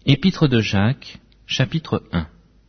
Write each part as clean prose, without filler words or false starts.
Épître de Jacques, chapitre 1.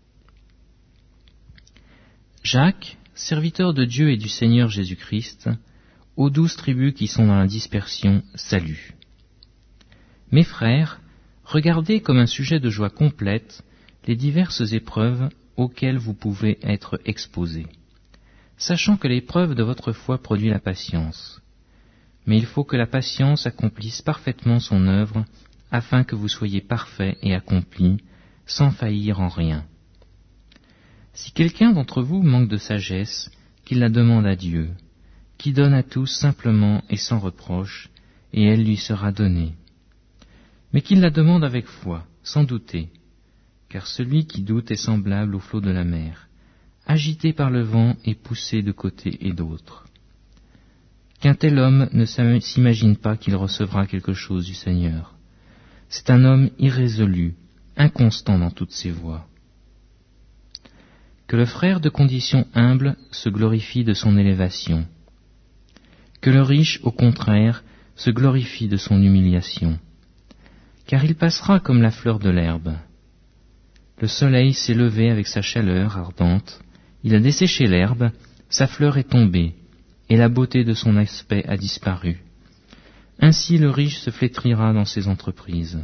Jacques, serviteur de Dieu et du Seigneur Jésus-Christ, aux 12 tribus qui sont dans la dispersion, salut. Mes frères, regardez comme un sujet de joie complète les diverses épreuves auxquelles vous pouvez être exposés, sachant que l'épreuve de votre foi produit la patience. Mais il faut que la patience accomplisse parfaitement son œuvre, afin que vous soyez parfaits et accomplis, sans faillir en rien. Si quelqu'un d'entre vous manque de sagesse, qu'il la demande à Dieu, qui donne à tous simplement et sans reproche, et elle lui sera donnée. Mais qu'il la demande avec foi, sans douter, car celui qui doute est semblable au flot de la mer, agité par le vent et poussé de côté et d'autre. Qu'un tel homme ne s'imagine pas qu'il recevra quelque chose du Seigneur. C'est un homme irrésolu, inconstant dans toutes ses voies. Que le frère de condition humble se glorifie de son élévation. Que le riche, au contraire, se glorifie de son humiliation. Car il passera comme la fleur de l'herbe. Le soleil s'est levé avec sa chaleur ardente, il a desséché l'herbe, sa fleur est tombée, et la beauté de son aspect a disparu. Ainsi le riche se flétrira dans ses entreprises.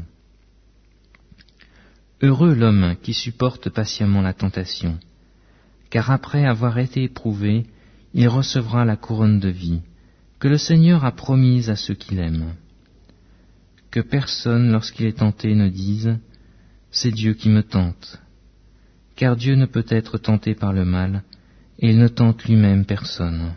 Heureux l'homme qui supporte patiemment la tentation, car après avoir été éprouvé, il recevra la couronne de vie, que le Seigneur a promise à ceux qui l'aiment. Que personne, lorsqu'il est tenté, ne dise « C'est Dieu qui me tente », car Dieu ne peut être tenté par le mal, et il ne tente lui-même personne.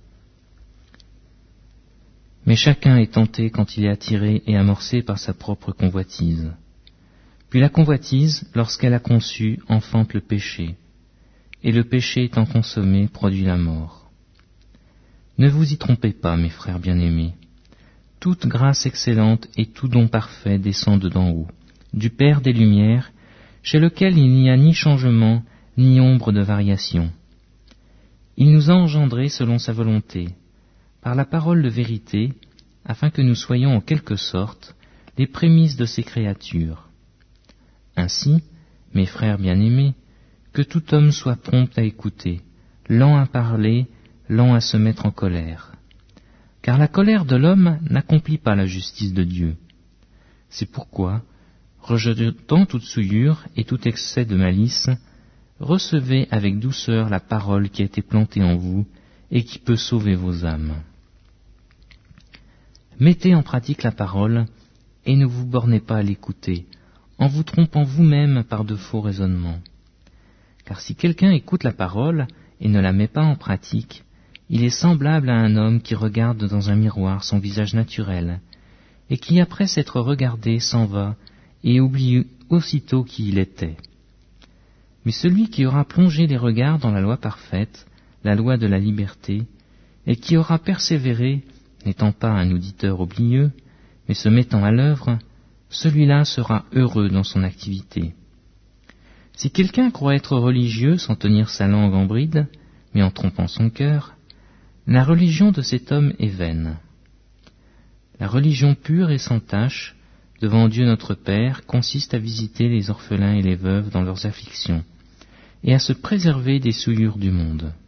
Mais chacun est tenté quand il est attiré et amorcé par sa propre convoitise. Puis la convoitise, lorsqu'elle a conçu, enfante le péché, et le péché étant consommé, produit la mort. Ne vous y trompez pas, mes frères bien-aimés. Toute grâce excellente et tout don parfait descendent d'en haut, du Père des Lumières, chez lequel il n'y a ni changement, ni ombre de variation. Il nous a engendrés selon sa volonté, par la parole de vérité, afin que nous soyons en quelque sorte les prémices de ses créatures. Ainsi, mes frères bien-aimés, que tout homme soit prompt à écouter, lent à parler, lent à se mettre en colère. Car la colère de l'homme n'accomplit pas la justice de Dieu. C'est pourquoi, rejetant toute souillure et tout excès de malice, recevez avec douceur la parole qui a été plantée en vous et qui peut sauver vos âmes. Mettez en pratique la parole et ne vous bornez pas à l'écouter, en vous trompant vous-même par de faux raisonnements. Car si quelqu'un écoute la parole et ne la met pas en pratique, il est semblable à un homme qui regarde dans un miroir son visage naturel, et qui, après s'être regardé, s'en va et oublie aussitôt qui il était. Mais celui qui aura plongé les regards dans la loi parfaite, la loi de la liberté, et qui aura persévéré, n'étant pas un auditeur oublieux, mais se mettant à l'œuvre, celui-là sera heureux dans son activité. Si quelqu'un croit être religieux sans tenir sa langue en bride, mais en trompant son cœur, la religion de cet homme est vaine. La religion pure et sans tache, devant Dieu notre Père, consiste à visiter les orphelins et les veuves dans leurs afflictions, et à se préserver des souillures du monde.